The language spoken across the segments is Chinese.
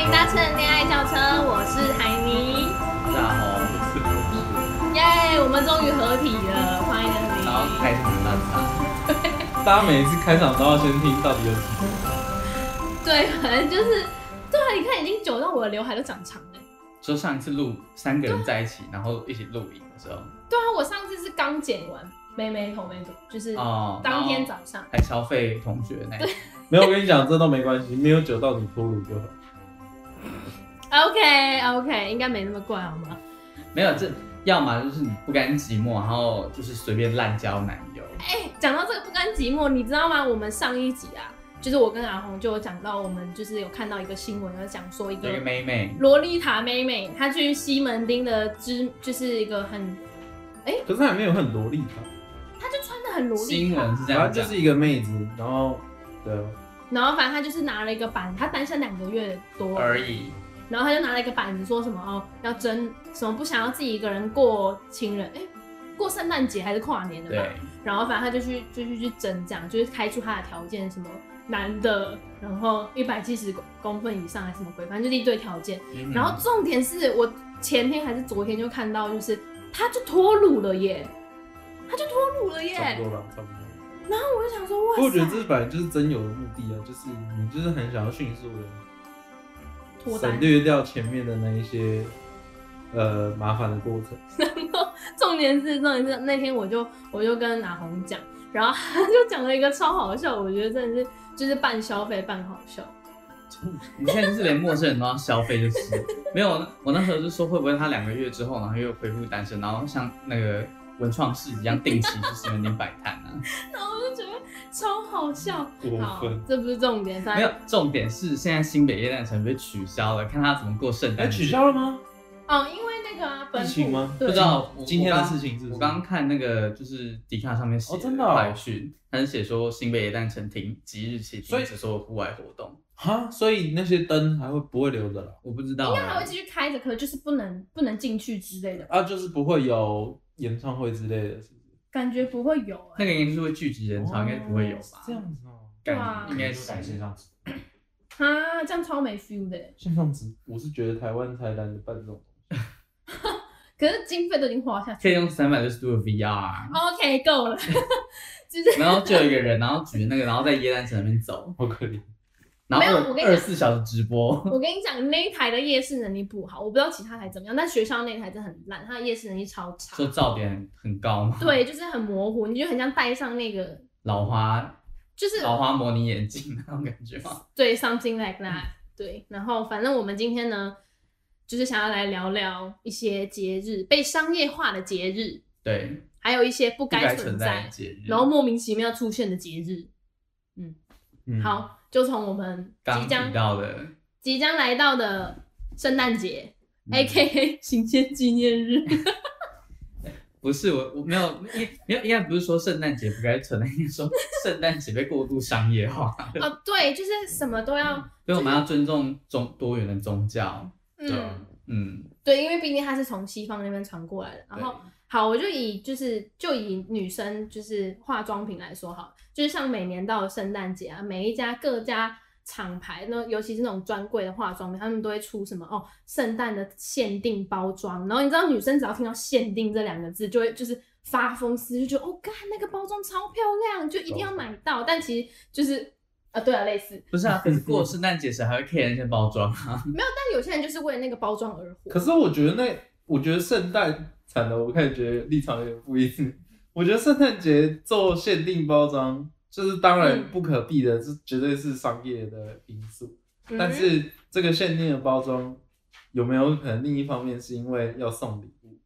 迎搭乘恋爱轿车，我是海尼。 大家好，我是博士。 耶，我们终于合体了，欢迎你。 然后开始很烂场， 大家每一次开场都要先听到底有几个。 对，反正就是，对啊，你看已经久到我的刘海都长长了。 就上一次录3个人在一起，然后一起录影的时候， 对啊，我上次是刚剪完妹头，就是当天早上， 还消费同学那。 没有，我跟你讲，这都没关系，没有久到你脱乳就好。 OK， 应该没那么怪好吗？ 没有，这要么就是你不甘寂寞，然后就是随便滥交男友。 讲到这个不甘寂寞，你知道吗？我们上一集啊，就是我跟阿红就有讲到，我们就是有看到一个新闻，有讲说一个妹妹， 洛丽塔妹妹，她去西门町的就是一个很， 可是她也没有很萝莉塔， 她就穿的很萝莉塔。 新闻是这样讲， 她就是一个妹子，然后对， 然后反正她就是拿了一个板，她单身2个月多而已。 然后他就拿了一个板子，说什么要争什么不想要自己一个人过情人，过圣诞节还是跨年的吧。然后反正他就去争这样，就是开出他的条件，什么男的，然后170公分以上还是什么鬼，反正就是一堆条件。然后重点是我前天还是昨天就看到，就是他就脱乳了耶， 差不多了，差不多。 然后我就想说，哇塞！ 我觉得这本来就是真有的目的啊，就是你就是很想要迅速的。省略掉前面的那一些麻烦的过程。 然后重点是那天我就跟阿红讲，然后他就讲了一个超好笑，我觉得真的是就是半消费半好笑。 你现在就是连陌生人都要消费就是没有，我那时候就说会不会他2个月之后，然后又恢复单身，然后像那个文创市一样定期去西门町摆摊啊。 然后我就觉得超好笑。 好， 这不是重点， 没有重点是现在新北耶诞城被取消了，看他怎么过圣诞节。 取消了吗？ 因为那个疫情吗？ 不知道今天的事情是不是？ 我刚刚看那个就是迪卡上面写的快讯，他是写说新北耶诞城即日起停止所有户外活动。 哈，所以那些灯还会不会留着了？ 我不知道， 应该还会继续开着，可是就是不能进去之类的啊，就是不会有演唱会之类的，是不是？ 感觉不会有那个应该就是会聚集人潮，应该不会有吧？ 这样子哦， 对啊， 应该是线上直啊，这样超没 feel 的。线上直，我是觉得台湾才懒得办这种东西。 可是经费都已经花下去， 可以用360度的 VR。OK， 够了。 然后就有一个人，然后举那个，然后在耶诞城那边走， 好可怜。 然后24小时直播。 我跟你讲，那一台的夜视能力不好，我不知道其他台怎么样，但学校那一台真的很烂，它的夜视能力超差。 说噪点很高吗？ 对，就是很模糊，你就很像戴上那个老花， 就是老花模拟眼镜那种感觉吗？ 对 ，something like that。对，然后反正我们今天呢，就是想要来聊聊一些节日被商业化的节日， 对， 还有一些不该存在的节日， 然后莫名其妙出现的节日。好。就从我们即将来到的圣诞节，AKA 行宪纪念日。 不是我没有应该不是说圣诞节不该存在，应该说圣诞节被过度商业化。 对，就是什么都要， 所以我们要尊重多元的宗教。 对，因为毕竟它是从西方那边传过来的。然后好，我就以女生就是化妆品来说好，就是像每年到了圣诞节啊，各家厂牌，那尤其是那种专柜的化妆品，他们都会出什么圣诞的限定包装。然后你知道女生只要听到限定这2个字，就会就是发疯似，就觉得干那个包装超漂亮，就一定要买到。但其实就是对啊，类似。 不是啊，可是过圣诞节时还会 care 那些包装啊。 没有，但有些人就是为了那个包装而活。 可是我觉得圣诞惨了，我开始觉得立场有点不一致。我觉得圣诞节做限定包装，就是当然不可避的，这绝对是商业的因素。但是这个限定的包装有没有可能另一方面是因为要送礼物？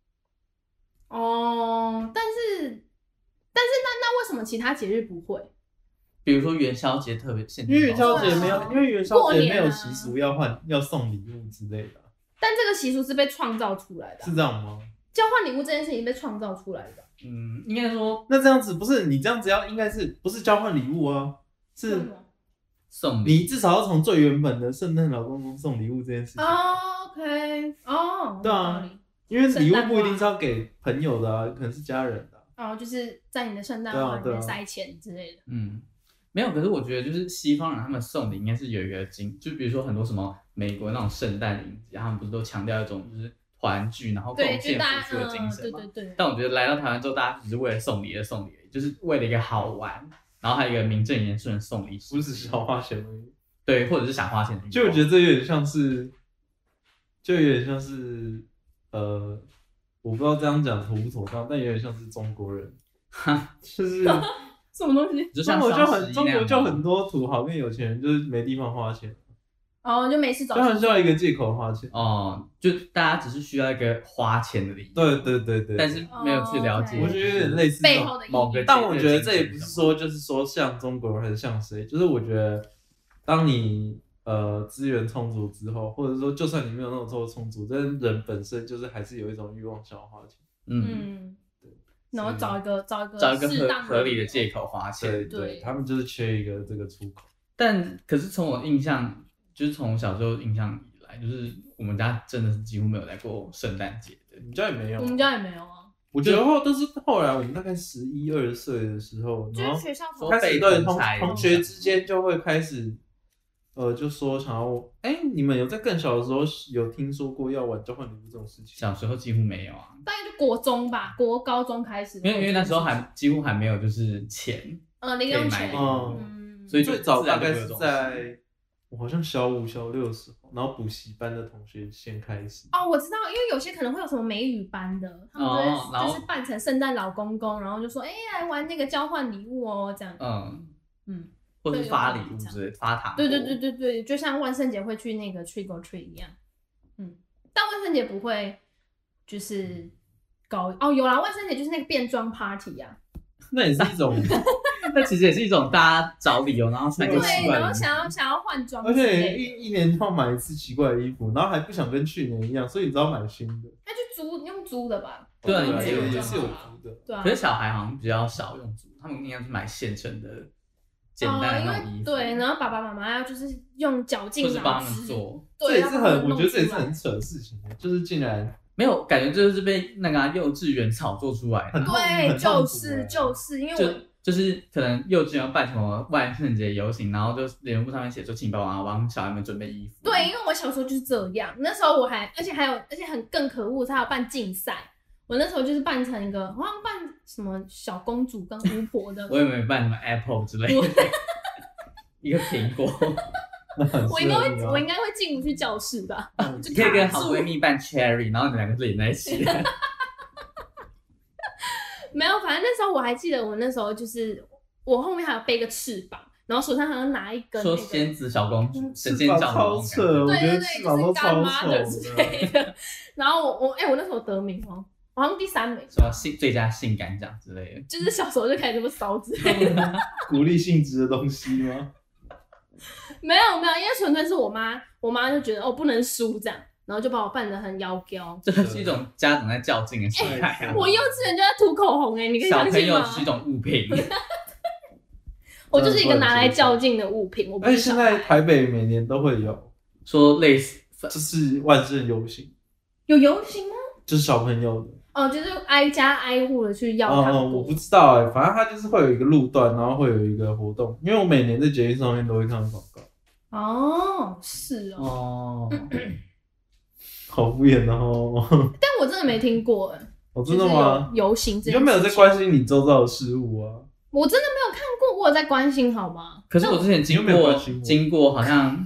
但是那为什么其他节日不会？ 比如说元宵节特别限定， 因为元宵节没有，因为元宵节没有习俗要送礼物之类的。 但这个习俗是被创造出来的， 是这样吗？ 交换礼物这件事情被创造出来的。 应该说， 那这样子不是你这样子应该是不是交换礼物啊？是送礼， 你至少要从最原本的圣诞老公公送礼物这件事情。 OK， 对啊，因为礼物不一定是要给朋友的啊，可能是家人的。 就是在你的圣诞花里面塞钱之类的。 没有，可是我觉得就是西方人他们送礼应该是有一个就比如说很多什么美国那种圣诞影集，他们不是都强调一种就是团聚，然后共建付出的精神嘛。 对。 但我觉得来到台湾之后，大家只是为了送礼而送礼，就是为了一个好玩，然后还有一个名正言顺的送礼， 不是想花钱而已。 对，或者是想花钱的。 就我觉得这有点像是，我不知道这样讲妥不妥当，但有点像是中国人，就是什么东西？ 中国就很多土豪跟有钱人，就是没地方花钱。 就没事找， 就很需要一个借口花钱。 就大家只是需要一个花钱的理由。 对。 但是没有去了解， 我觉得有点类似背后的某个。 但我觉得这也不是说就是说像中国人还是像谁，就是我觉得当你资源充足之后，或者说就算你没有那种充足，但人本身就是还是有一种欲望想要花钱。 对。然后找一个合理的借口花钱。 对，他们就是缺一个这个出口。 但可是从我印象。就是从我小时候印象以来，就是我们家真的是几乎没有来过圣诞节的。 你们家也没有？ 我们家也没有啊。 我觉得都是后来我们大概11、12岁的时候，然后学校开始对同学之间就会开始，就说想要，你们有在更小的时候有听说过要玩交换礼物这种事情？ 小时候几乎没有啊， 大概就国中吧，高中开始。 因为那时候几乎还没有就是钱， 零用钱， 所以最早大概是在。我好像小5、小6的时候，然后补习班的同学先开始。 我知道，因为有些可能会有什么美语班的，他们就是扮成圣诞老公公，然后就说，来玩那个交换礼物这样。 或是发礼物之类，发糖。 对，就像万圣节会去那个 trick or treat 一样。但万圣节不会就是搞有啦，万圣节就是那个变装 party 啊。 那也是一种。 那其实也是一种大家找理由，然后穿一个奇怪的衣服， 然后想要换装， 而且一年要买一次奇怪的衣服，然后还不想跟去年一样，所以你只要买新的。 他去用租的吧？ 对， 也是有租的。 对啊。 可是小孩好像比较少用租，他们应该是买现成的简单的那种衣服。 对，然后爸爸妈妈要就是用绞尽脑汁， 或是帮他们做。 这也是我觉得这也是很扯的事情，就是竟然。 没有感觉，就是被那个幼稚园炒作出来的。 对，就是因为我就是可能幼稚园要办什么万圣节游行，然后就联络簿上面写说请帮忙帮小孩们准备衣服。 对，因为我小时候就是这样，那时候我而且更可恶，他还有办竞赛。我那时候就是扮成一个，好像扮什么小公主跟巫婆的。 我有没有扮什么 Apple 之类的？一个苹果。 我应该会进不去教室吧？ 你可以跟好闺蜜扮 Cherry， 然后你们两个是连在一起。 没有，反正那时候我还记得，我那时候就是我后面还有背个翅膀，然后手上好像拿一根说仙子小公主，神仙教超扯， 对， 就是干妈的之类的。然后我那时候得名哦，好像第3名， 什么最佳性感奖之类的， 就是小时候就开始这么骚之类的， 鼓励性质的东西吗？ 没有，因为纯粹是我妈就觉得不能输这样，然后就把我扮得很妖娇。 这是一种家长在较劲的心态啊！ 我幼稚园就在涂口红你可以相信吗？ 小朋友是一种物品， 我就是一个拿来较劲的物品。 而且现在台北每年都会有说类似， 就是万圣游行。 有游行吗？ 就是小朋友的。 就是挨家挨户的去要糖果。 我不知道反正它就是会有一个路段，然后会有一个活动。因为我每年在捷运上面都会看到广告。 是哦。 好敷衍哦。 但我真的没听过真的吗？ 游行这件事情， 你就没有在关心你周遭的事物啊？ 我真的没有看过，我有在关心好吗？ 可是我之前经过好像。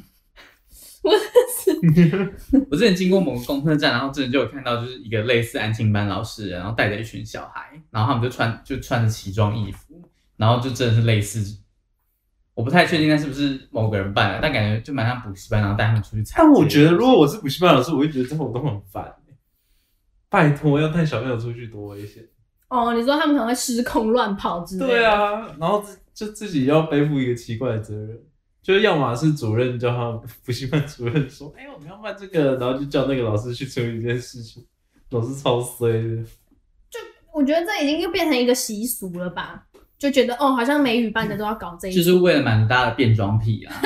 我之前经过某个公车站，然后真的就有看到，就是一个类似安亲班老师，然后带着一群小孩，然后他们就穿着奇装异服，然后就真的是类似，我不太确定那是不是某个人办的，但感觉就蛮像补习班，然后带他们出去踩。 但我觉得如果我是补习班老师，我会觉得这活动很烦拜托，要带小朋友出去多危险。 你说他们可能会失控乱跑之类的。 对啊，然后就自己要背负一个奇怪的责任。就是要么是主任叫他补习班主任说，我们要办这个，然后就叫那个老师去处理这件事情，老师超衰的。 就我觉得这已经变成一个习俗了吧？就觉得好像美语班的都要搞这一， 就是为了满足大家的变装癖啊。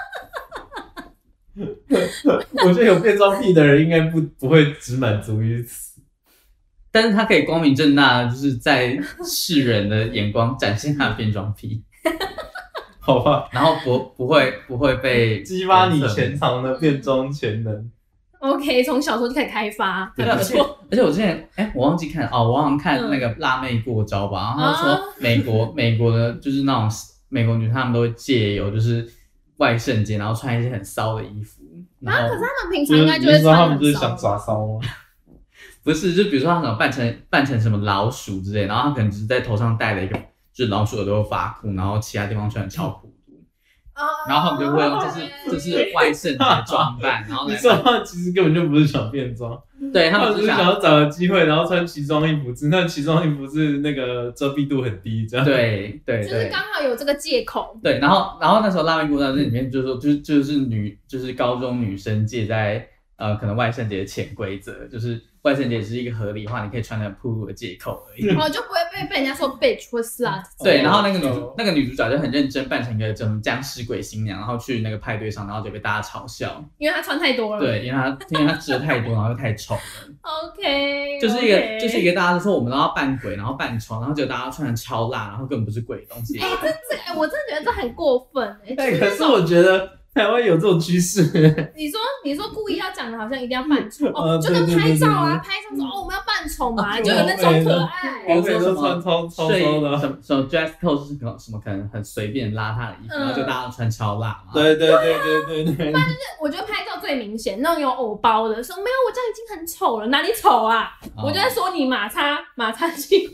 我觉得有变装癖的人应该不会只满足于此， 但是他可以光明正大的就是在世人的眼光展现他的变装癖。 好吧， 然后不会被激发你潜藏的变装潜能。 OK， 从小时候就开始开发， 对，而且我之前我忘记看哦，我好像看那个辣妹过招吧，然后他说美国的就是那种美国女生她们都会借由就是万圣节，然后穿一些很骚的衣服。然后可是他们平常应该就会穿很骚。 他们就是想耍骚吗？ 不是，就比如说他可能扮成什么老鼠之类，然后他可能只是在头上戴了一个就是老鼠耳朵发箍，然后其他地方穿超酷。然后他们就会用这是万圣节装扮，然后你说他其实根本就不是想变装， 对他们只是想要找个机会，然后穿奇装异服，那奇装异服是那个遮蔽度很低，这样对， 就是刚好有这个借口。 对，然后那时候辣妹过招这里面就是说就是高中女生借在可能万圣节的潜规则，就是万圣节只是一个合理化，你可以穿得很暴露的借口而已， 然后就不会被人家说 bitch 或 slut。 对，然后那个女主角就很认真扮成一个什么僵尸鬼新娘，然后去那个派对上，然后就被大家嘲笑， 因为她穿太多了。 对，因为她吃的太多，然后又太丑了。 OK， 就是一个大家都说我们都要扮鬼，然后扮丑，然后结果大家穿的超辣，然后根本不是鬼的东西。 我真的觉得这很过分可是我觉得台湾有这种趋势。 你说故意要讲的，好像一定要扮丑就跟拍照啊，拍照说我们要扮丑嘛，就有那种可爱。 比如说什么穿超的， 什么 dress code 是什么可能很随便邋遢的衣服，然后就大家都穿超辣嘛。 对。 但是我觉得拍照最明显，那种有偶包的说没有，我这样已经很丑了，哪里丑啊？我就在说你马叉鸡。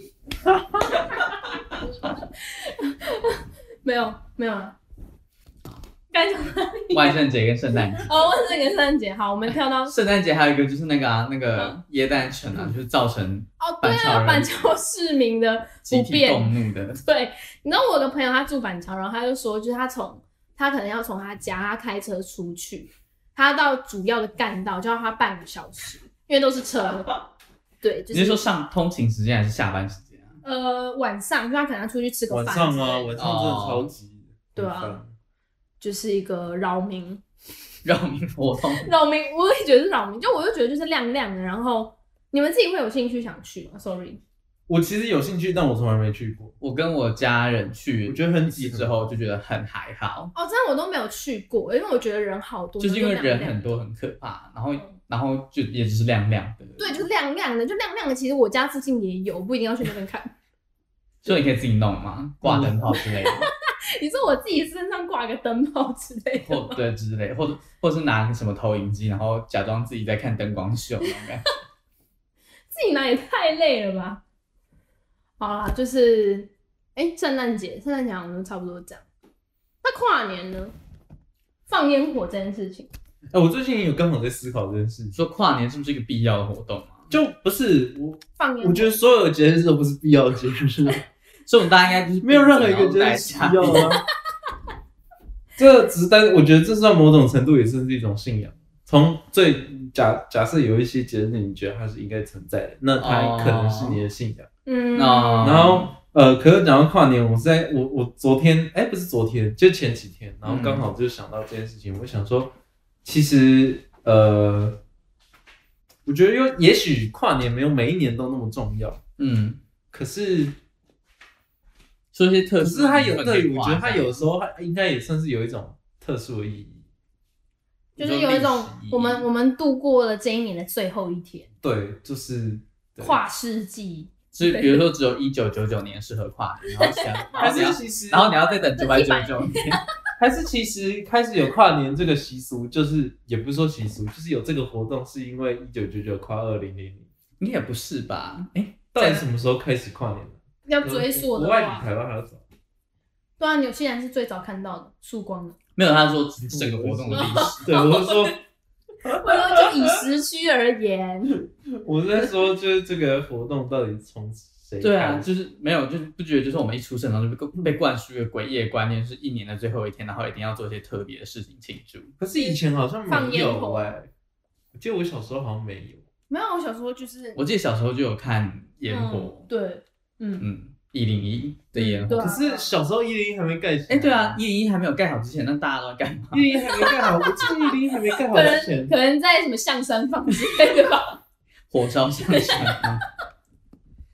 没有了。 万圣节跟圣诞节万圣节跟圣诞节，好，我们跳到圣诞节，还有一个就是那个耶诞城啊，就是造成板桥市民的不便， 集体动怒的。 对，你知道我有个朋友他住板桥，然后他就说，就是他可能要从他家他开车出去，他到主要的干道就要花半个小时，因为都是车。对，就是你是说通勤时间还是下班时间啊？ 晚上，就他可能要出去吃个饭。 晚上啊，晚上真的超级。 对啊。就是一个扰民活动， 我也觉得是扰民，我就觉得就是亮亮的，然后你们自己会有兴趣想去吗 ？Sorry， 我其实有兴趣，但我从来没去过。 我跟我家人去， 我觉得很挤之后就觉得很还好。 这样我都没有去过，因为我觉得人好多， 就是因为人很多很可怕，然后就也只是亮亮的。 对，就是亮亮的，就亮亮的。其实我家附近也有，不一定要去那边看。 所以你可以自己弄吗？挂灯泡之类的。 你说我自己身上挂个灯泡之类的， 对之类，或是拿什么投影机，然后假装自己在看灯光秀那种感觉。 自己拿也太累了吧？好啦，就是圣诞节好像差不多这样。那跨年呢？放烟火这件事情， 我最近有刚好在思考这件事情， 说跨年是不是一个必要的活动嘛？ 就不是放烟火， 我觉得所有的节日都不是必要的节日。 所以我们大家应该就是没有任何一个节日需要啊。这只是我觉得这算某种程度也算是一种信仰。从假设有一些节日你觉得它是应该存在的，那它可能是你的信仰。然后可是讲到跨年，我昨天不是昨天，就前几天，然后刚好就想到这件事情，我想说，其实我觉得也许跨年没有每一年都那么重要，可是。 说一些特殊， 可是它有对，我觉得它有时候它应该也算是有一种特殊的意义， 就是有一种我们度过了这一年的最后一天， 对，就是跨世纪， 所以比如说只有1999年适合跨年，然后你要再等999年， 还是其实开始有跨年这个习俗，就是也不是说习俗，就是有这个活动是因为1999跨2000， 应该也不是吧？ 到底什么时候开始跨年的？ 要追溯的话， 国外比台湾还要早。 对啊，纽西兰是最早看到的曙光的。 没有，他说整个活动的历史。 对，我是说， 就以时区而言。 我是在说，就是这个活动到底从谁？ 对啊，就是没有，就是不觉得，就是我们一出生然后就被灌输一个诡异的观念，是一年的最后一天，然后一定要做一些特别的事情庆祝。 可是以前好像没有我记得我小时候好像没有。 没有，我小时候就是， 我记得小时候就有看烟火。 对。 101的烟火， 可是小时候101还没盖起来。 对啊，101还没有盖好之前，那大家都在干嘛 ？101还没盖好，我记得101还没盖好之前， 可能在什么象山坊之类的吧。 火烧象山坊。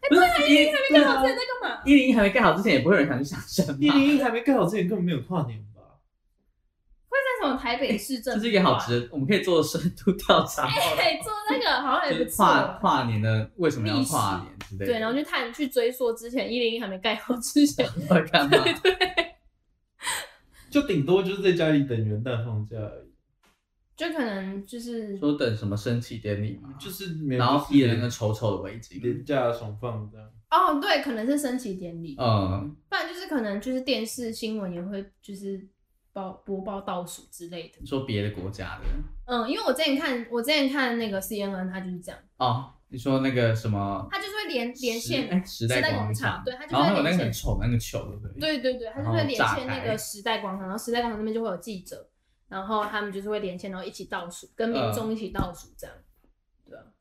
不是 101还没盖好之前在干嘛 ？101还没盖好之前，也不会有人想去上山吧 ？101还没盖好之前根本没有跨年吧？ 会在什么台北市政府？ 这是一个好值得，我们可以做深度调查。 做那个好像也不就是错。 跨年的为什么要跨年之类的？ 对，然后去追溯之前101还没盖好之前要干嘛？ 对， 就顶多就是在家里等元旦放假而已， 就可能就是说等什么升旗典礼嘛， 就是没有然后披了那个丑丑的围巾， 廉价爽放这样。 哦，对，可能是升旗典礼， 嗯， 不然就是可能就是电视新闻也会就是播报倒数之类的。 你说别的国家的因为我之前看那个 CNN， 它就是这样。 哦，你说那个什么？ 它就是会连线时代广场， 对，它就然后还有那个会连线很丑的那个球，对不对？ 对，它就会连线那个时代广场，然后时代广场那边就会有记者，然后他们就是会连线，然后一起倒数，跟民众一起倒数这样，对啊。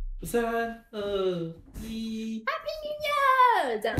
3、2、1， Happy New Year！ 这样，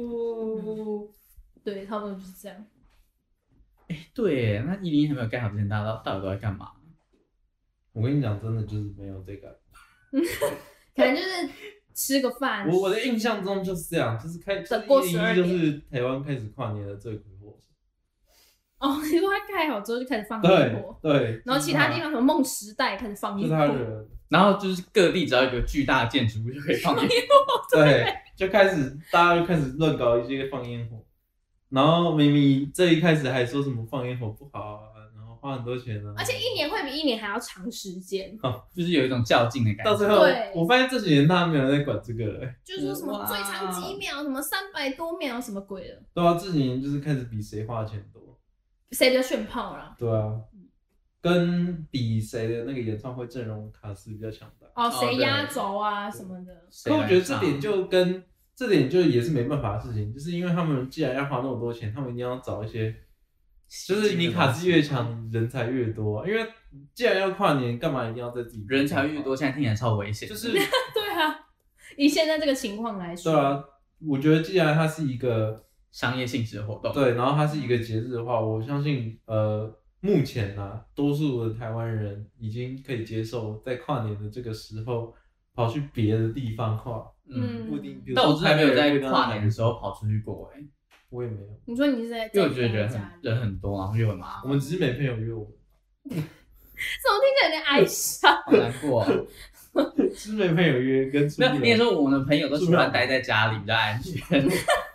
对，差不多就是这样。 对耶，那101还没有盖好之前，大家到底都在干嘛？ 我跟你讲，真的就是没有这个。 可能就是吃个饭。 我的印象中就是这样，就是等过12点就是台湾开始跨年的罪魁祸首。 哦，你说它盖好之后就开始放烟火， 对， 然后其他地方什么梦时代开始放就烟火， 是他人， 然后就是各地只要有一个巨大的建筑物就可以放烟火。 对，就开始大家就开始乱搞一些放烟火，然后明明这一开始还说什么放烟火不好啊，然后花很多钱啊， 而且一年会比一年还要长时间， 就是有一种较劲的感觉。 到最后对， 我发现这几年大家没有人在管这个了， 就是说什么最长几秒，什么300多秒，什么鬼的， 对啊，这几年就是开始比谁花钱多， 谁比较炫炮啦？ 对啊，跟比谁的那个演唱会阵容卡司比较强大。 哦，谁压轴啊什么的。 可我觉得这点就也是没办法的事情，就是因为他们既然要花那么多钱，他们一定要找一些，就是你卡司越强，人才越多啊。因为既然要跨年，干嘛一定要在自己人才越多？现在听起来超危险。 就是对啊，以现在这个情况来说， 对啊，我觉得既然它是一个商业性质的活动， 对，然后它是一个节日的话，我相信目前啊，多数的台湾人已经可以接受在跨年的这个时候跑去别的地方跨，不一定。 但我真的没有在跨年的时候跑出去过哎， 我也没有。 你说你是在？ 因为我觉得人很多，然后又很麻烦。 我们只是没朋友约我们。 怎么听起来有点哀伤？ 好难过啊！ 只是没朋友约，跟出没有，你也说我们的朋友都喜欢待在家里比较安全。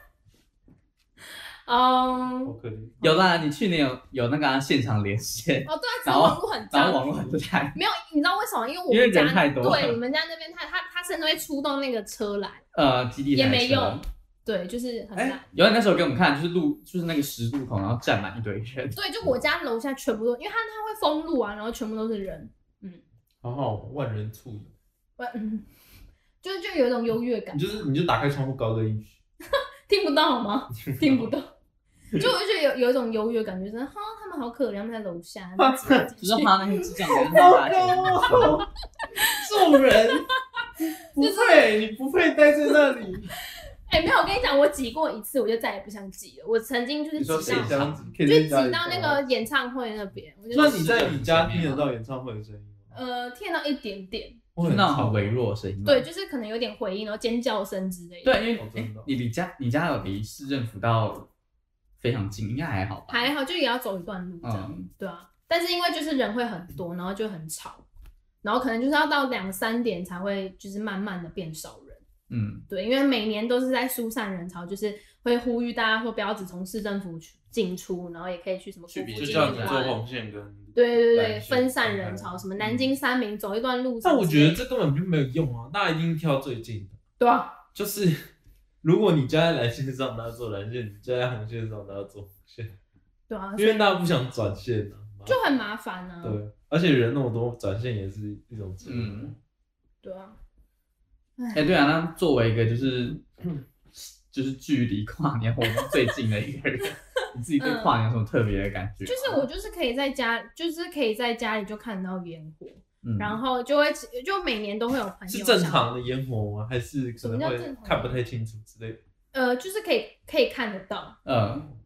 好可怜。 有啦，你去年有那个现场连线， 哦，对啊，只是网络很脏， 然后网络很烂。 没有，你知道为什么？因为我因为们家人太多了对，你们家那边他甚至会出动那个车来， 基地台车也没用。对，就是很烂。 有人那时候给我们看，就是那个10路口，然后站满一堆人。 对，就我家楼下全部都，因为他会封路啊，然后全部都是人。 好好，万人簇拥。 就有一种优越感。 你就打开窗户高歌一曲。 听不到吗？听不到。就我就觉得有一种优越感，就是哈，他们好可怜，他们在楼下， 就是他那个智障人在大街众人不配，你不配待在那里。 没有，我跟你讲，我挤过一次，我就再也不想挤了。我曾经就是挤到那个演唱会那边。 那你在你家听得到演唱会的声音吗？ 听得到一点点， 就是那种很微弱的声音。 对，就是可能有点回音，然后尖叫声之类的。 对，因为你家有离市政府到非常近，应该还好吧？ 还好，就也要走一段路这样。对啊，但是因为就是人会很多，然后就很吵，然后可能就是要到2、3点才会就是慢慢的变少人。对，因为每年都是在疏散人潮，就是会呼吁大家说不要只从市政府进出，然后也可以去什么国父纪念馆， 做红线跟对分散人潮，什么南京3民走一段路。 但我觉得这根本就没有用啊，大家一定挑最近的。 对啊， 就是如果你家在蓝线上，大家做蓝线；你家在红线上，大家做红线。对啊，因为大家不想转线啊， 就很麻烦啊。 对，而且人那么多，转线也是一种折磨。 对啊。 对啊，那作为一个就是距离跨年活动最近的一个人，你自己对跨年有什么特别的感觉？ 就是我就是可以在家里就看到烟火，然后就每年都会有朋友。是正常的烟火吗？还是可能会看不太清楚之类的？ 就是可以看得到。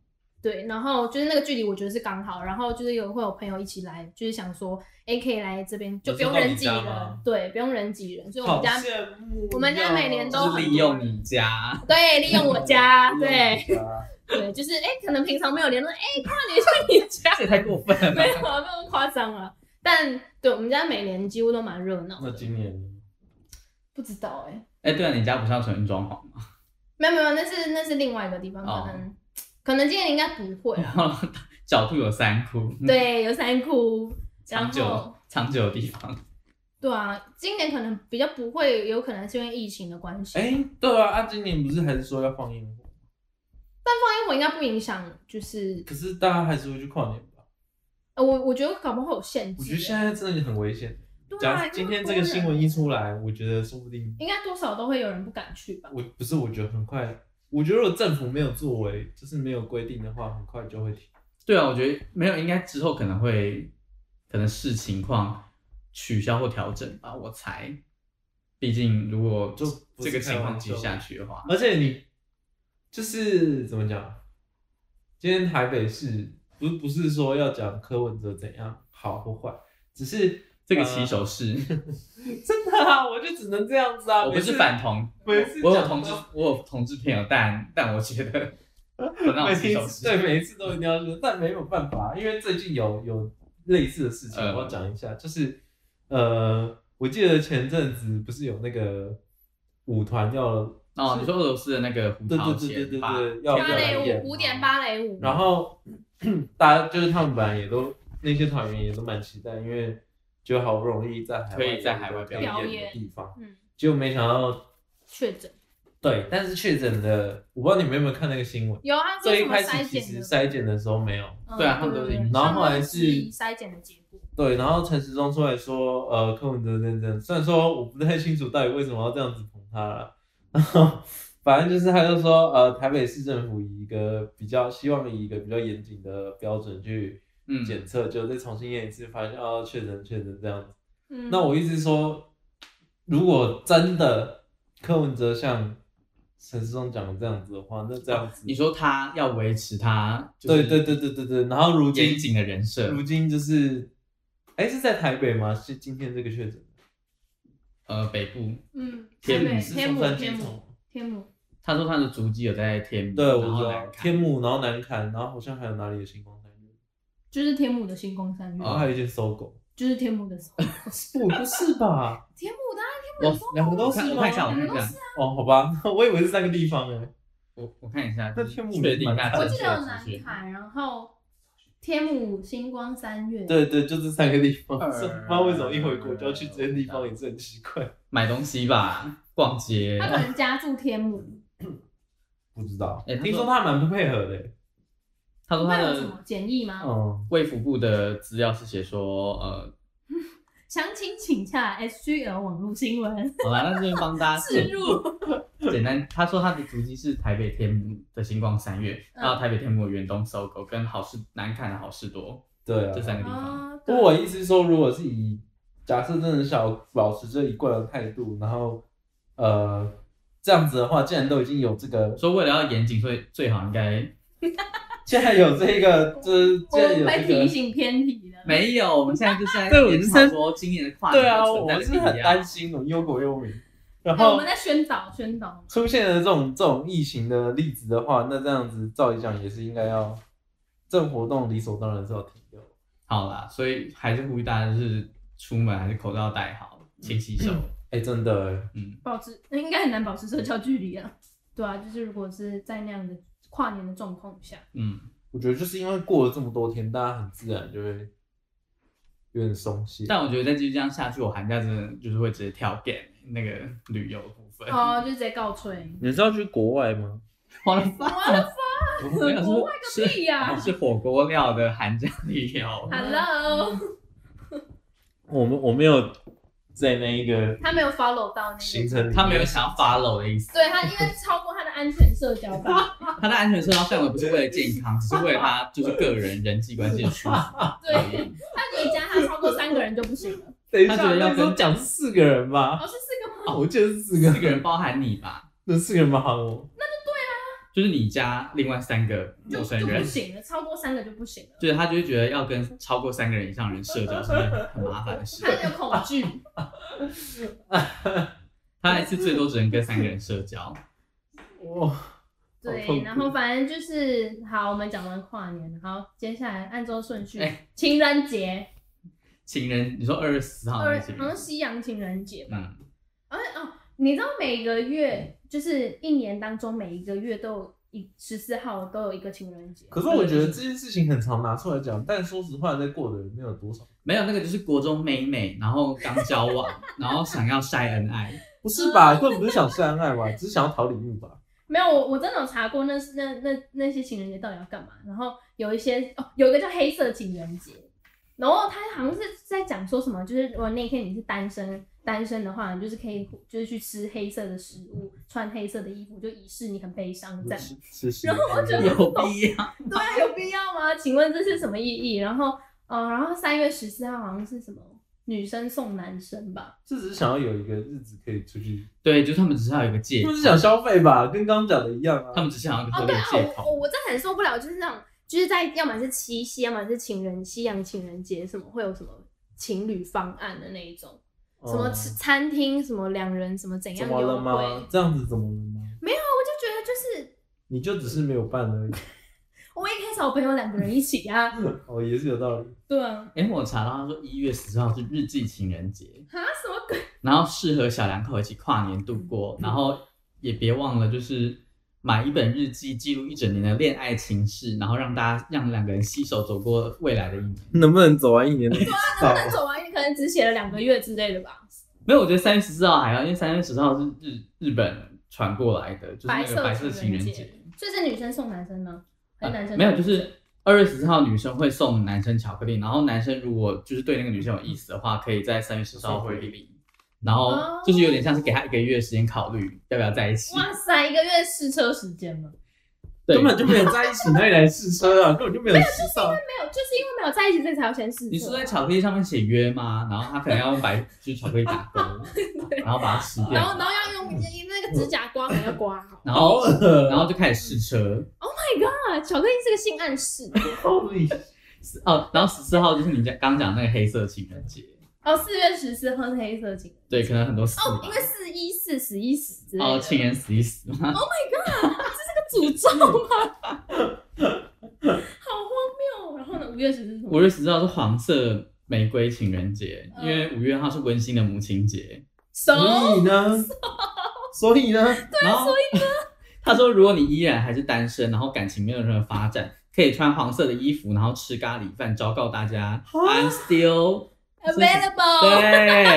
对，然后就是那个距离我觉得是刚好，然后就是会有朋友一起来，就是想说，可以来这边就不用人挤人，对，不用人挤人，所以我们家每年都利用你家， 对，利用我家，对，对，就是可能平常没有联络，跨年去你家， 这也太过分了， 没有那么夸张了。但对我们家每年几乎都蛮热闹的。 那今年不知道对啊，你家不是要重新装潢吗？ 没有，那是另外一个地方，可能今年应该不会啊。 角度有3窟， 对，有3窟， 长久的地方。 对啊，今年可能比较不会，有可能是因为疫情的关系。 对啊，今年不是还是说要放烟火？ 但放烟火应该不影响，就是。 可是大家还是会去跨年吧？ 我觉得搞不好会有限制。 我觉得现在真的很危险。 对啊， 今天这个新闻一出来，我觉得说不定应该多少都会有人不敢去吧。 我觉得很快。我觉得如果政府没有作为，就是没有规定的话，很快就会停。 对啊，我觉得没有，应该之后可能视情况取消或调整吧，我猜。毕竟如果就这个情况继续下去的话， 而且你就是怎么讲？今天台北市不是说要讲柯文哲怎样好或坏，只是这个起手式， 真的啊，我就只能这样子啊。 我不是反同，我有同志朋友，但我觉得每一次都一定要说，但没有办法，因为最近有类似的事情，我要讲一下，就是我记得前阵子不是有那个舞团要你说俄罗斯的那个胡桃钳， 对，要芭蕾舞，古典芭蕾舞， 然后大家就是他们本来也都那些团员也都蛮期待，因为就好不容易可以在海外表演的地方，结果没想到确诊。 对，但是确诊的，我不知道你们有没有看那个新闻？ 有啊， 最一开始其实筛检的时候没有， 对啊，他们都是阴性， 然后后来是筛检的结果。 对，然后陈时中出来说，柯文哲认真，虽然说我不太清楚到底为什么要这样子捧他啦，然后反正就是他就说，台北市政府希望以一个比较严谨的标准去检测，就再重新验一次，发现确诊这样子。那我意思说，如果真的柯文哲像陈时中讲的这样子的话，那这样子， 你说他要维持他对，然后如今严谨的人设， 如今就是是在台北吗？是今天这个确诊？ 北部， 天母。 他说他的足迹有在天母， 对，我知道天母，然后南崁，然后好像还有哪里的星光三月， 就是天母的星光三月， 然后还有一间搜狗， 就是天母的搜狗， 不是吧？ 天母的天母的搜狗， 两个都是吗？ 我看一下， 好吧，我以为是3个地方我看一下， 那天母确定一下， 我记得有南崁，然后天母、星光三月， 对，就这3个地方。不知道为什么一回国就要去这些地方，也是很奇怪。 买东西吧，逛街。 他可能家住天母， 不知道。听说他蛮不配合的。 他说他的什么检疫吗？ 卫福部的资料是写说， 详情请洽 SGL 网络新闻。 好啦，那这边帮大家置入。 简单，他说他的足迹是台北天母的星光三月，然后台北天母的远东搜狗跟南崁的好事多， 对啊， 这3个地方。 不过我意思是说，如果是假设真的想保持这一贯的态度，然后这样子的话，既然都已经有这个， 说为了要严谨，所以最好应该。 现在有这个， 我们被提醒偏题了。 没有，我们现在就是在检讨说今年的跨年的存在的意义。 对啊，我是很担心的，忧国忧民。然后我们在宣导。 出现了这种疫情的例子的话，那这样子照理讲也是应该要这种活动理所当然是要停掉。 好啦，所以还是呼吁大家就是出门还是口罩戴好，勤洗手。 真的保持应该很难保持社交距离啊。对啊，就是如果是在那样的跨年的状况下， 我觉得就是因为过了这么多天，大家很自然就会有点松懈。 但我觉得再继续这样下去，我寒假真的就是会直接跳 game 那个旅游的部分。 就直接告吹。 你是要去国外吗？ 我的发， 国外个屁呀！ 是火锅料的寒假旅游。 Hello， 我没有在那一个， 他没有 follow 到那个行程， 他没有想要 follow 的意思。 对，他因为超过他的安全社交吧。 他的安全社交范围不是为了健康，只是为了他就是个人人际关系的舒服。 对，他你加他超过3个人就不行了。 等一下，他要跟讲4个人吧？ 是4个吗？ 我记得是4个。 4个人包含你吧？ 那4个人包含我。 那就对啦。 就是你加另外3个陌生人就不行了，超过3个就不行了。 就是他就会觉得要跟超过3个人以上的人社交是件很麻烦的事。 他有恐惧。 他一次最多只能跟3个人社交。 哇， 对，然后反正就是好，我们讲完跨年，好，接下来按照顺序，情人节。 情人，你说24号那情人节， 好像西洋情人节吧。 嗯。 你知道每个月就是一年当中每一个月都有14号都有一个情人节。 可是我觉得这件事情很常拿出来讲，但说实话，在过的人没有多少。 没有，那个就是国中妹妹，然后刚交往，然后想要晒恩爱。 不是吧？根本不是想晒恩爱吧，只是想要讨礼物吧。 没有，我真的有查过那些情人节到底要干嘛。然后有一些有一个叫黑色情人节，然后他好像是在讲说什么，就是如果那天你是单身的话，你就是可以就是去吃黑色的食物，穿黑色的衣服，就以示你很悲伤这样。然后我觉得有必要？ 对啊，有必要吗？请问这是什么意义？然后3月14号好像是什么女生送男生吧？ 这只是想要有一个日子可以出去。 对，就是他们只是要有一个借口。 他们是想消费吧，跟刚刚讲的一样啊。 他们只是想要一个合理的借口。 我真的很受不了，就是那种就是在要么是七夕，要么是西洋情人节，什么会有什么情侣方案的那一种。什么餐厅什么2人什么怎样优惠？ 怎么了吗？这样子怎么了吗？ 没有，我就觉得就是你就只是没有办而已。 我也可以找我朋友2个人一起啊。 哦，也是有道理。 对啊。 我查到他说1月10号是日记情人节。 啊？什么鬼？ 然后适合小两口一起跨年度过，然后也别忘了就是买一本日记，记录一整年的恋爱情事，然后让2个人携手走过未来的一年。 能不能走完一年？ 对啊，能不能走完？可能只写了2个月之类的吧。 没有，我觉得3月14号还好，因为3月14号是日本传过来的，就是那个白色情人节。 所以是女生送男生吗？还是男生？ 没有，就是2月14号女生会送男生巧克力，然后男生如果就是对那个女生有意思的话，可以在3月14号回礼。然后就是有点像是给他1个月的时间考虑要不要在一起。 哇塞，1个月试车时间吗？ 根本就没有在一起，哪里来试车啊？根本就没有试到。 就是因为没有在一起，所以才要先试车。 你是在巧克力上面写约吗？然后他可能要用就是巧克力打勾，然后把它吃掉， 然后要用那个指甲刮把它刮好， 然后就开始试车。 Oh my god， 巧克力是个性暗示。 然后14号就是你刚讲那个黑色情人节。 4月14号是黑色情人节。 对，可能很多因为4一4死一死之类的。 情人死一死吗 ？Oh my god， 这是个诅咒吗？好荒谬。然后呢，5月10是什么？5 月10号是黄色玫瑰情人节，因为5月号是温馨的母亲节。 所以呢？ 对啊，所以呢？ 他说，如果你依然还是单身，然后感情没有任何发展，可以穿黄色的衣服，然后吃咖喱饭，昭告大家 I'm still available。 对。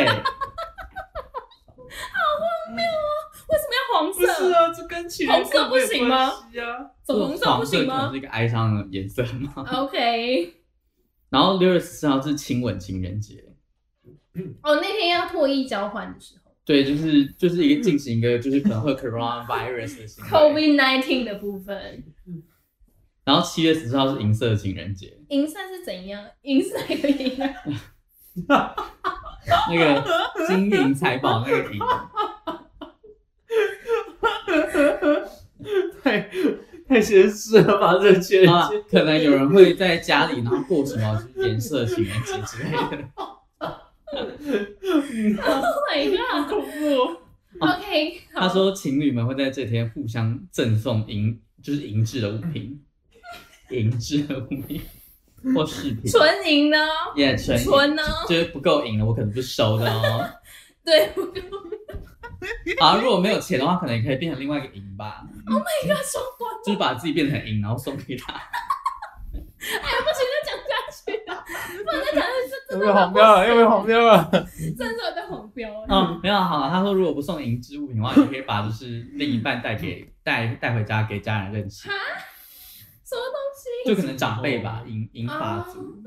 好荒谬哦！为什么要黄色？ 不是啊，这跟情人红色不行吗？走红色不行吗？ 可能是一个哀伤的颜色吗 ？OK。 然后6月14号是亲吻情人节。 那天要唾液交换的时候。 对，就是一个进行一个就是可能会 coronavirus 的行为 COVID-19 的部分。 然后7月14号是银色情人节。 银色是怎样？银色有银啊？ 那个金银财宝那个银。 太现实了吧，这情人节。 可能有人会在家里然后过什么颜色情人节之类的。 Oh my god！ 恐怖。 OK， 他说情侣们会在这天互相赠送就是银质的物品，或饰品。 纯银呢？ 也纯呢，就是不够银的，我可能不收的哦。 对，不够。 如果没有钱的话，可能也可以变成另外一个银吧。 Oh my god， 双关。 就是把自己变成银，然后送给他。 不行，再讲下去了，不能再讲下去， 有没有黄标啊？有没有黄标啊？ 真的有在黄标。 没有好了。他说，如果不送银质物品的话，你可以把就是另一半带回家给家人认识。 哈？什么东西？ 就可能长辈吧，银发族。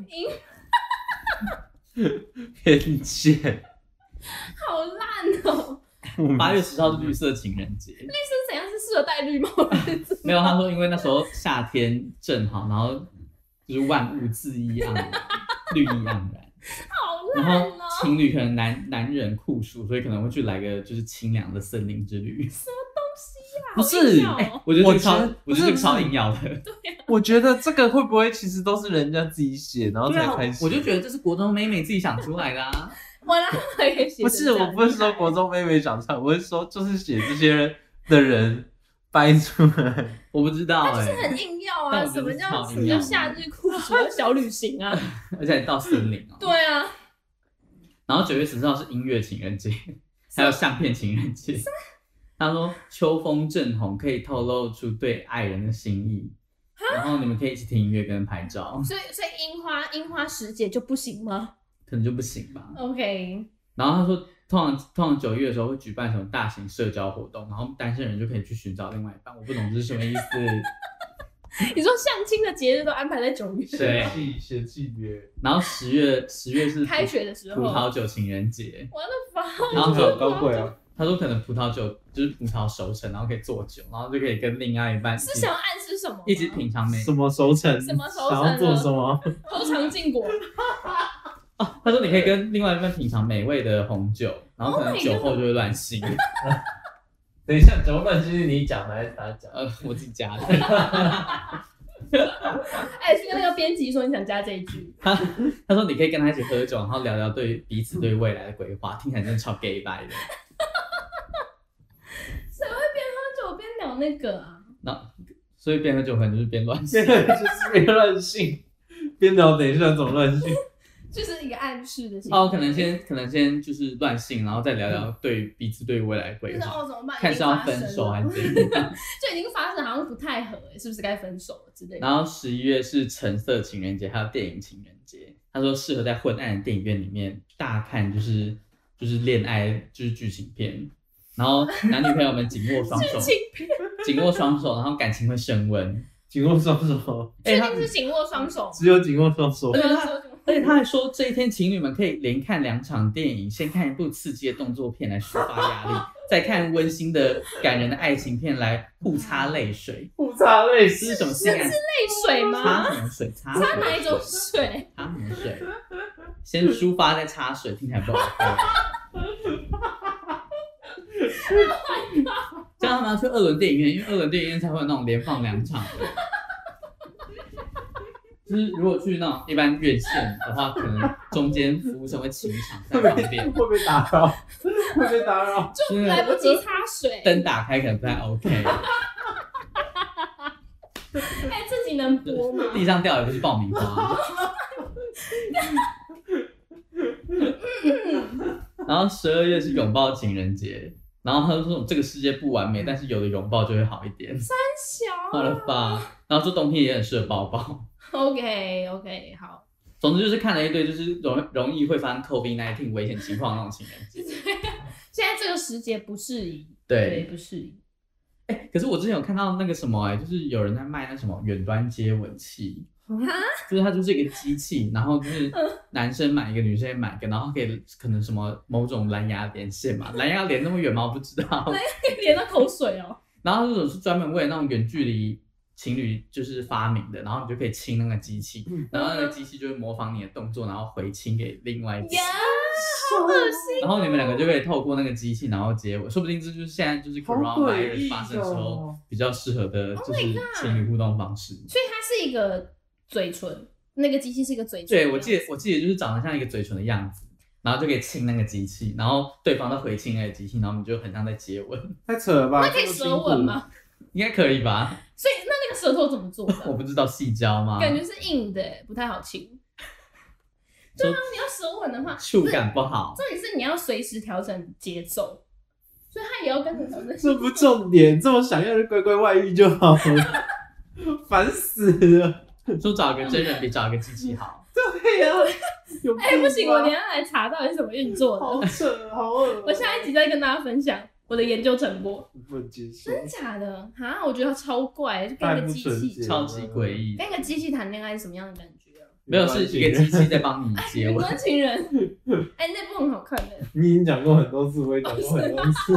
偏见。 好烂哦。 8月10号是绿色情人节。绿色是怎样？是适合戴绿帽的日子？ 没有，他说因为那时候夏天正好，然后就是万物恣意盎然，绿意盎然。 好烂哦。 然后情侣可能男人酷暑，所以可能会去来个就是清凉的森林之旅。 什么东西不是，我觉得这个超硬要的。 我觉得这个会不会其实都是人家自己写，然后才开始？ 我就觉得这是国中妹妹自己想出来的啊。 我也写。 不是，我不是说国中妹妹想出来，我是说就是写这些的人掰出来。 我不知道他就是很硬要啊，什么叫夏日酷暑的小旅行啊？ 而且到森林哦。 对啊。 然后9月14号是音乐情人节，还有相片情人节。他说秋风正红，可以透露出对爱人的心意，然后你们可以一起听音乐跟拍照。 所以樱花时节就不行吗？ 可能就不行吧。 OK。 然后他说，通常9月的时候会举办什么大型社交活动，然后单身人就可以去寻找另外一半。我不懂这是什么意思。 你说相亲的节日都安排在9月？ 对， 写契约。 然后10月是开学的时候， 葡萄酒情人节。 我的妈！ 然后好高贵啊。 他说可能葡萄酒就是葡萄熟成，然后可以做酒，然后就可以跟另外一半是想要暗示什么？ 一起品尝什么熟成？ 什么熟成？ 想要做什么？ 偷尝禁果。 他说你可以跟另外一半品尝美味的红酒，然后可能酒后就会乱性。 等一下，怎么乱性是你讲的还是他讲？ 我自己加的。 是跟那个编辑说你想加这一句。 他说你可以跟他一起喝酒，然后聊聊彼此对未来的规划，听起来真的超 gay 白的。 谁会边喝酒边聊那个啊？ 所以边喝酒可能就是边乱性， 就是边乱性，边聊等一下怎么乱性。 就是一个暗示的情可能先就是乱性，然后再聊聊彼此对未来的规划， 怎么办？ 看是要分手还是怎样。 就已经发生，好像不太合，是不是该分手了之类的？ 然后11月是橙色情人节，还有电影情人节。他说适合在昏暗的电影院里面大看，就是恋爱就是剧情片，然后男女朋友们紧握双手，紧握双手，然后感情会升温。 紧握双手， 确定是紧握双手？ 只有紧握双手。 而且他还说，这一天情侣们可以连看2场电影，先看一部刺激的动作片来抒发压力，再看温馨的感人的爱情片来互擦泪水。 互擦泪水是什么性爱？ 是泪水吗？ 擦什么水？擦哪一种水？ 擦什么水？先抒发再擦水，听起来不好看。这样他们要去2轮电影院，因为2轮电影院才会有那种连放2场的。就是如果去那种一般院线的话，可能中间服务生会请一场在旁边， 会被打扰，会被打扰， 就来不及擦水， 灯打开可能不太 OK。 自己能播吗？ 地上掉也不是爆米花。然后12月是拥抱情人节，然后他就说这个世界不完美，但是有的拥抱就会好一点。 三小， 好了吧？然后说冬天也很适合抱抱。 OK， 好。 总之就是看了一堆，就是容易会发生 COVID-19 危险情况那种情人节。 现在这个时节不适宜， 对， 不适宜。 可是我之前有看到那个什么就是有人在卖那什么远端接吻器，就是它就是一个机器，然后就是男生买一个，女生也买一个，然后可能什么某种蓝牙连线嘛，蓝牙连那么远吗？我不知道。 连到口水哦。 然后这种是专门为了那种远距离情侣就是发明的，然后你就可以亲那个机器，然后那个机器就会模仿你的动作，然后回亲给另外一边。 好恶心！ 然后你们2个就可以透过那个机器，然后接吻，说不定这就是现在就是 coronavirus 发生的时候比较适合的，就是情侣互动方式。 所以它是一个嘴唇，那个机器是一个嘴唇。 对，我记得就是长得像一个嘴唇的样子，然后就可以亲那个机器，然后对方再回亲那个机器，然后我们就很像在接吻。 太扯了吧？ 那可以舌吻吗？ 应该可以吧？ 所以那个舌头怎么做的？ 我不知道，细胶吗？ 感觉是硬的，不太好亲。对啊，你要舌吻的话， 触感不好。 重点是你要随时调整节奏，所以他也要跟着调整。 这不重点，这么想要就乖乖外遇就好了，烦死了。 说找个真人比找一个机器好。 对呀、 不行，我等一下来查到底是怎么运作的。 好扯，好恶。 我下一集再跟大家分享我的研究成果。 不能接受。 真假的哈？我觉得超怪，就跟一个机器， 超级诡异。 跟一个机器谈恋爱是什么样的感觉啊？ 没有，是一个机器在帮你接吻。 云端情人，那部很好看的。 你已经讲过很多次，我也讲过很多次。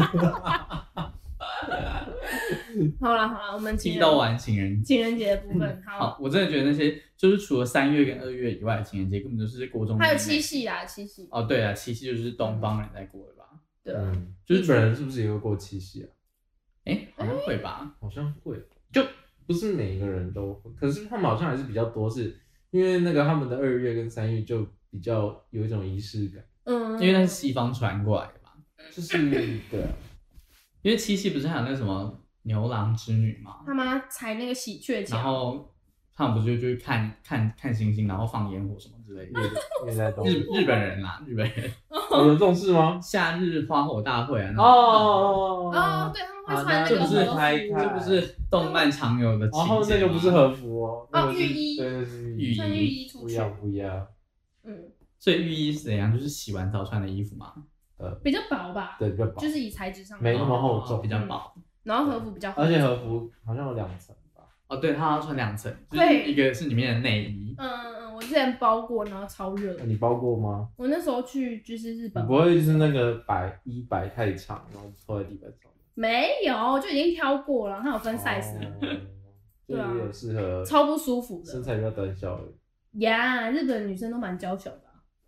好啦，我们提到完情人节的部分， 好，我真的觉得那些就是除了3月跟2月以外的情人节，根本就是国中。 还有七夕啦，七夕。 哦，对啊，七夕就是东方人在过的吧？ 对， 就是日本人是不是也会过七夕啊？ 好像会吧？ 好像会，就不是每一个人都会，可是他们好像还是比较多，是因为那个他们的2月跟3月就比较有一种仪式感。 因为那是西方传过来的吧？ 就是对啊， 因为七夕不是还有那个什么牛郎织女吗？ 他妈踩那个喜鹊桥， 然后他们不就去看星星，然后放烟火什么之类的。日本人啦，日本人有这种事吗？ 夏日花火大会啊！ 对，他们会穿那个和服， 这不是动漫常有的情节吗？ 然后那个不是和服哦， 浴衣， 对，那是浴衣出去， 不一样。 所以浴衣是怎样？就是洗完澡穿的衣服吗？ 比较薄吧， 对，比较薄， 就是以材质上没那么厚重， 比较薄。 然后和服比较厚， 而且和服好像有2层吧？ 对，他要穿2层，就是一个是里面的内衣。 我之前包过，然后超热。 你包过吗？ 我那时候去就是日本， 你不会就是那个衣摆太长，然后拖在地板上？ 没有，就已经挑过了，它有分 size 的。 对啊，有适合超不舒服的， 身材比较短小的。 呀，日本女生都蛮娇小的。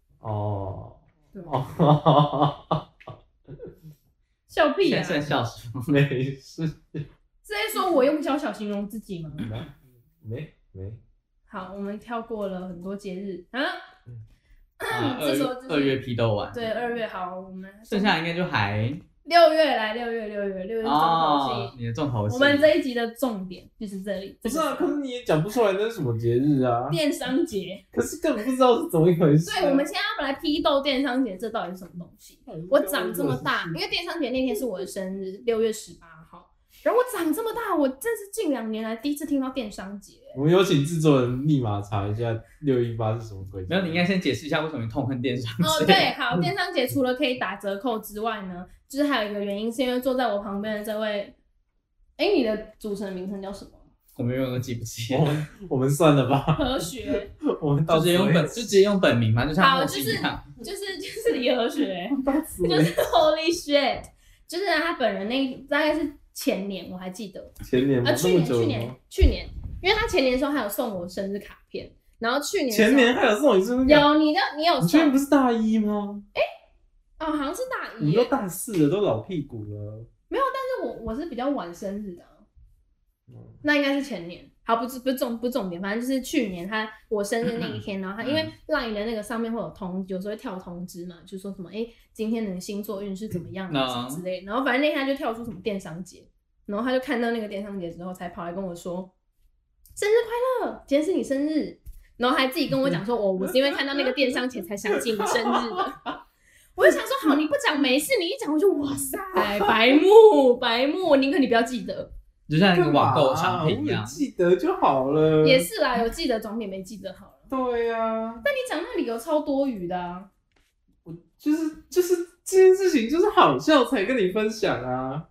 笑屁啊！ 现在笑什么？ 没事。 是在说我用娇小形容自己吗？ 没。 好，我们跳过了很多节日啊。 这时候2月批斗完。 对，2月好，我们剩下应该就还 6月来，6月重头戏。 你的重头戏。 我们这一集的重点就是这里。 不是啊，可是你也讲不出来那是什么节日啊？ 电商节。 可是根本不知道是怎么一回事。 对，我们现在要来批斗电商节，这到底是什么东西？我长这么大，因为电商节那天是我的生日，6月18号。然后我长这么大，我真是近2年来第一次听到电商节。 我们有请制作人立马查一下618是什么鬼。 没有，你应该先解释一下为什么你痛恨电商节。 对，好，电商节除了可以打折扣之外呢，就是还有一个原因，是因为坐在我旁边的这位，你的主持人名称叫什么？ 我们永远都记不起。 我们算了吧。 何学。 我们直接用本名嘛，就像好，就是李何学，就是 Holy shit， 就是他本人大概是前年，我还记得。 前年吗？ 去年，因为他前年的时候还有送我生日卡片，然后去年前年还有送你生日卡片？ 有你有送。 你确定不是大一吗？ 好像是大一。 你都大4了，都老屁股了。 没有，但是我是比较晚生日的。那应该是前年。好，不是重点，反正就是去年我生日那一天，然后因为 LINE 的那个上面会有有时候会跳通知嘛，就说什么今天的星座运势怎么样啊之类的，然后反正那天他就跳出什么电商节，然后他就看到那个电商节之后，才跑来跟我说生日快乐，今天是你生日，然后还自己跟我讲说我是因为看到那个电商节才想起你生日的。我就想说好，你不讲没事，你一讲我就哇塞，白目，我宁可你不要记得。 就像一个网购商品一样， 记得就好了。 也是啦，有记得总比没记得好了。 对啊， 但你讲那理由超多余的啊。 我就是这件事情就是好笑才跟你分享啊。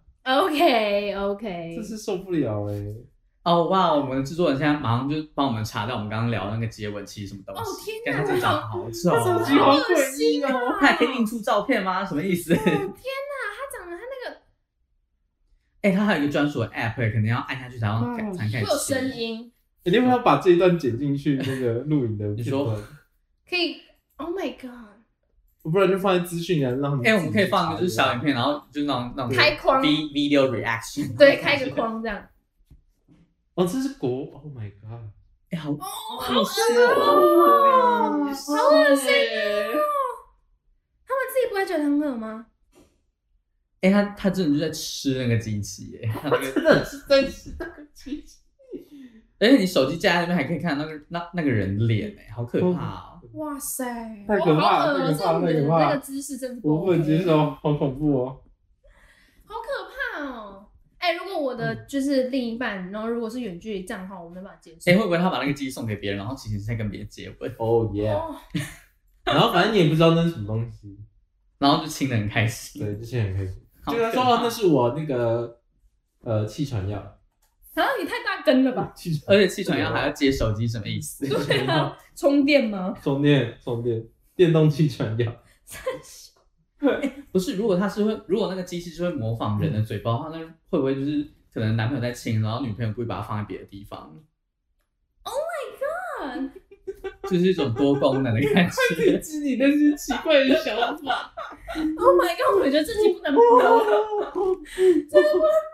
OK， 真是受不了哇！我们的制作人现在马上就帮我们查到我们刚刚聊的那个接吻器是什么东西。 天哪， 这长好丑好诡异哦！ 他还可以印出照片吗？什么意思？ 天哪，他长得他那个。 它还有一个专属的 app， 可能要按下去才开始。 会有声音。 你要不要把这一段剪进去那个录影的片段？ 你说可以 ？Oh my god！ 不然就放在资讯栏让他们。 我们可以放一个就是小影片，然后就是那种开框 video reaction。 对，开个框这样。 这是Oh my god！ 好恶心哦！好恶心哦！他们自己不会觉得很恶吗？ 他真的就在吃那个机器耶，他真的是在吃那个机器。 而且你手机架在那边还可以看到那个人脸好可怕哦！ 哇塞， 太可怕了！ 那个姿势真的我不能接受，好恐怖哦！ 好可怕哦！如果我的就是另一半，然后如果是远距离账号，我没办法接受。 会不会他把那个机器送给别人，然后其实是在跟别人接吻然后反正你也不知道那是什么东西， 然后就亲得很开心。 对，就亲得很开心。就他说那是我那个气喘药。 你太大根了吧？ 而且气喘药还要接手机，什么意思？ 充电吗？ 充电，电动气喘药。 不是，如果那个机器是会模仿人的嘴巴的话，那会不会就是可能男朋友在亲，然后女朋友故意把它放在别的地方 ？Oh my god！ 就是一种多功能的感觉。 会激你那些奇怪的想法。 Oh my god！ 我觉得自己不能播，真的不能播。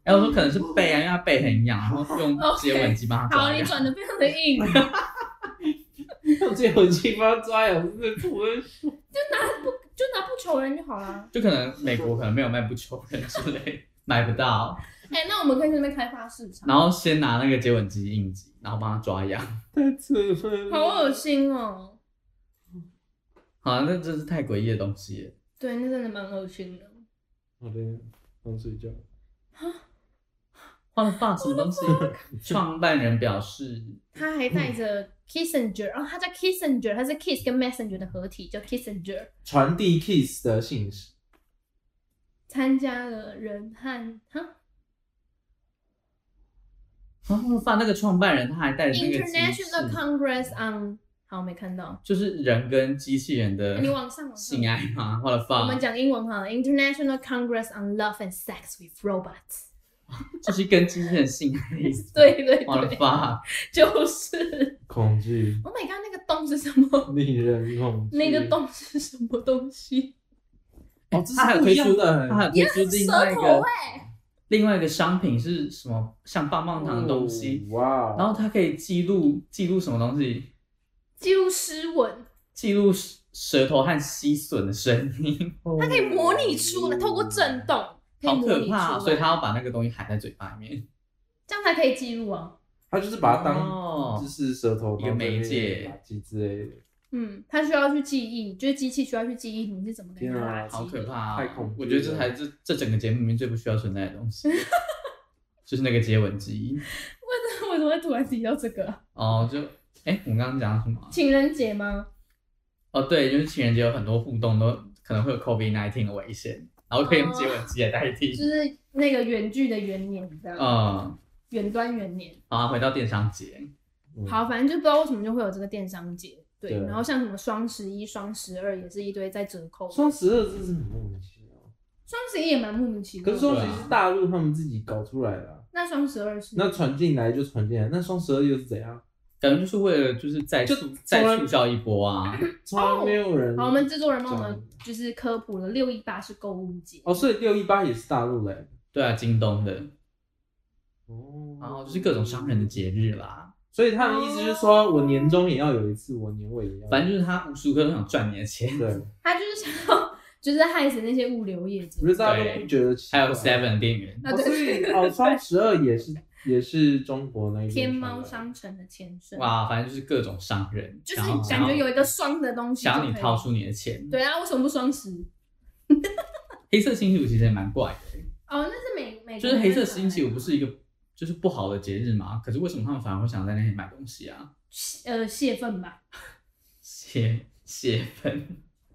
哎，我说可能是背啊，因为他背很痒，然后用接吻机帮他抓好， 痒。 你转的非常的硬， 用接吻机帮他抓痒，真的吐了。 就拿不求人就好了。 就可能美国可能没有卖不求人之类，买不到。 那我们可以在那边开发市场。 然后先拿那个接吻机应急，然后帮他抓痒。 太扯了， 好恶心哦。 好，那真是太诡异的东西了。 对，那真的蛮恶心的。 好的，想睡觉。 换了发什么东西？创办人表示， 他还带着 Kissinger，他叫 Kissinger，他是 Kiss 跟 Messenger 的合体，叫 Kissinger。 传递 Kiss 的信息。 参加了人和然后发那个创办人他还带着那个机器 International Congress on， 好，没看到， 就是人跟机器人的你往上性爱吗？我的发， 我们讲英文好了 ，International Congress on Love and Sex with Robots， 就是跟机器人性爱的意思。 对， 我的发， 就是恐惧。 Oh my god， 那个洞是什么？ 令人恐惧。 那个洞是什么东西？ 哦，这他还有推出的， 他还有推出舌头另外一个商品是什么？像棒棒糖的东西。 哇！ 然后它可以记录什么东西？ 记录湿吻， 记录舌头和吸吮的声音。 它可以模拟出来，透过震动，可以好模拟出来可怕，所以他要把那个东西含在嘴巴里面， 这样才可以记录啊。 他就是把它当哦就是舌头一个媒介之类的。 它需要去记忆，就是机器需要去记忆你是怎么跟它垃圾。 好可怕太恐怖了。 我觉得这才是这整个节目里面最不需要存在的东西，就是那个接吻机。 为什么会突然提到这个？ 哦，就我们刚刚讲什么？ 情人节吗？ 哦，对，就是情人节有很多互动都可能会有 COVID-19 的危险，然后可以用接吻机来代替。 就是那个远距的元年，这样。远端元年。 好，回到电商节。 好，反正就不知道为什么就会有这个电商节。对， 对， 然后像什么双11、双12也是一堆在折扣。 双12真是很莫名其妙。 双11也蛮莫名其妙。 可是双11是大陆他们自己搞出来的。 那双12是？ 那传进来就传进来，那双12又是怎样？ 感觉就是为了就是再促销一波啊！ 从来没有人。 好，我们制作人帮我们就是科普了618是购物节。 哦，所以618也是大陆来的。 对啊，京东的。 哦。 然后就是各种商人的节日啦。 所以他的意思就是说，我年终也要有一次，我年尾也要。 反正就是他无时无刻都想赚你的钱。 对。 他就是想要，就是害死那些物流业者。 不是大家都不觉得奇怪。 还有 Seven 的店员。 所以双12也是中国那一边。 天猫商城的前身。 哇，反正就是各种商人， 就是感觉有一个双的东西， 想要你掏出你的钱。 对啊，为什么不双10？ 黑色星期五其实也蛮怪的。 哦，那是美就是黑色星期五不是一个就是不好的节日嘛？可是为什么他们反而会想在那天买东西啊？ 泄愤吧。 泄愤。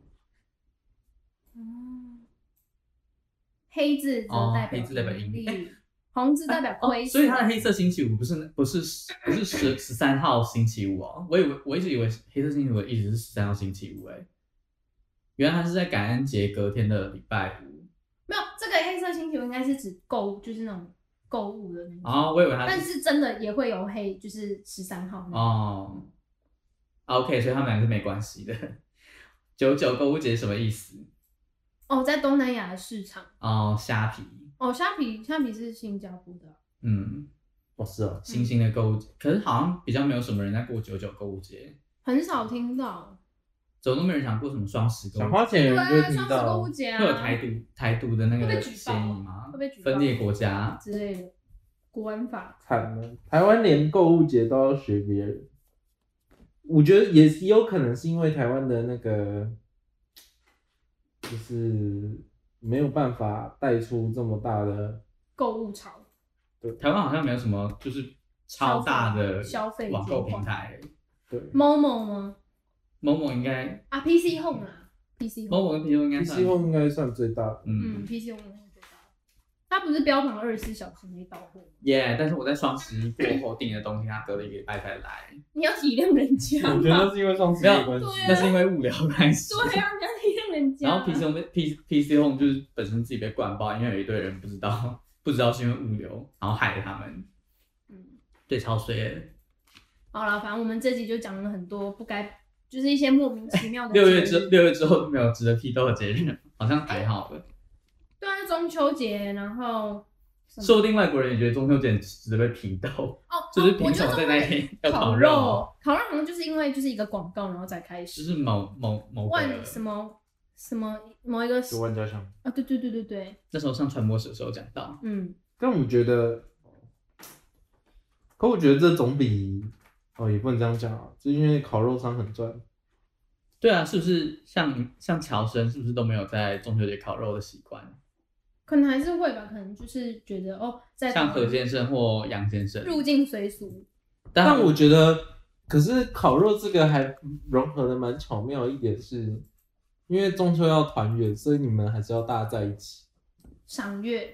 黑字则代表盈利，红字代表亏损。 所以它的黑色星期五不是13号星期五哦。我一直以为黑色星期五的意思是13号星期五原来它是在感恩节隔天的礼拜五。 没有，这个黑色星期五应该是指购物，就是那种购物的那种。 哦，我以为它是。 但是真的也会有黑，就是13号那种。 哦。OK， 所以他们俩是没关系的。99购物节什么意思？ 哦，在东南亚的市场。 哦，虾皮。 哦，虾皮是新加坡的。 是哦， 新兴的购物节，可是好像比较没有什么人在过99购物节， 很少听到。 怎么都没人想过什么双10购物节？ 想花钱的人就会听到。 双10购物节啊， 会有台独的那个嫌疑吗？ 会被举报分裂国家之类的，国安法。 惨了，台湾连购物节都要学别人。我觉得也有可能是因为台湾的那个，就是没有办法带出这么大的购物潮。 对，台湾好像没有什么就是超大的消费网购平台。 对 ，Momo 吗 ？Momo 应该啊 ，PC Home 啦 ，PC Home。Momo 跟 PC Home 应该算 PC Home 应该算最大的。 PC Home 应该最大的。它不是标榜24小时没到货。 但是我在双11过后订的东西，它隔了1个礼拜才来。 你要体谅人家。 我觉得那是因为双11的关系。 那是因为物流关系。 对啊，你要体谅人家。 然后 PC Home 就是本身自己被灌爆，因为有一堆人不知道是因为物流，然后害了他们。对，超衰的。 好了，反正我们这集就讲了很多不该，就是一些莫名其妙的。 6月之后没有值得批斗的节日，好像还好了。 对啊，中秋节，然后说不定外国人也觉得中秋节值得被批斗。 哦， 就是凭什么在那一天要烤肉？ 烤肉好像就是因为就是一个广告，然后再开始。 就是某万什么某一个就万家香啊，对。 那时候上传播室的时候讲到， 但我觉得，可我觉得这总比也不能这样讲啊，就因为烤肉商很赚。 对啊，是不是像侨生是不是都没有在中秋节烤肉的习惯？ 可能还是会吧，可能就是觉得在像何先生或杨先生入境随俗。 但我觉得，可是烤肉这个还融合的蛮巧妙一点是，因为中秋要团圆，所以你们还是要大家在一起赏月，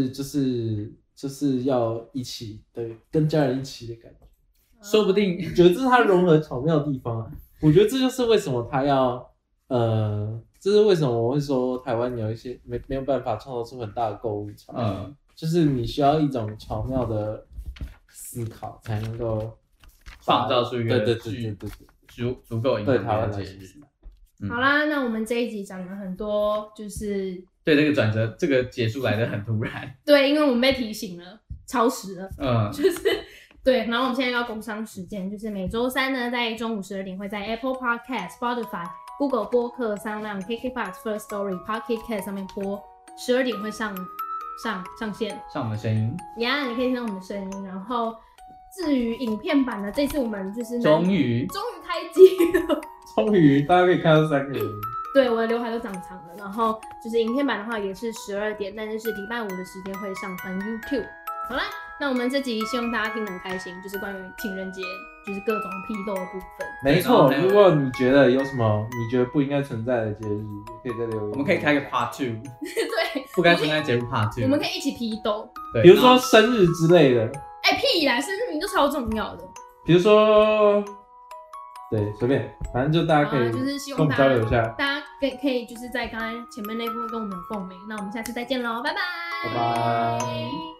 就是要一起，对，跟家人一起的感觉。 说不定我觉得这是它融合巧妙的地方啊。我觉得这就是为什么他要这是为什么我会说台湾有一些没有办法创造出很大的购物潮，就是你需要一种巧妙的思考才能够创造出一个对足够影响台湾的节日。好啦，那我们这一集讲了很多，就是对这个转折，这个结束来的很突然。 对，因为我们被提醒了，超时了，就是对。然后我们现在要工商时间，就是每周三呢，在中午12点会在 Apple Podcast、Spotify、Google 播客、SoundOn、KKBOX、Firstory、Pocket Cast 上面播，12点会上线， 上我们的声音呀，你可以听到我们的声音。然后至于影片版的，这次我们就是终于开机了， 终于大家可以看到3个人。 对，我的刘海都长长了。然后就是影片版的话也是12点，但是礼拜5的时间会上传 YouTube。好啦，那我们这集希望大家听得很开心，就是关于情人节，就是各种批斗的部分。 没错，如果你觉得有什么你觉得不应该存在的节日，也可以在留言。 我们可以开个 Part 2， 对， 不该存在节日 Part 2， 我们可以一起批斗， 比如说生日之类的。 屁啦，生日名就超重要的。 比如说，对，随便，反正就大家可以就是希跟我们交流一下， 大家可以就是在刚才前面那部分跟我们有共鸣。那我们下次再见喽，拜拜， 拜拜。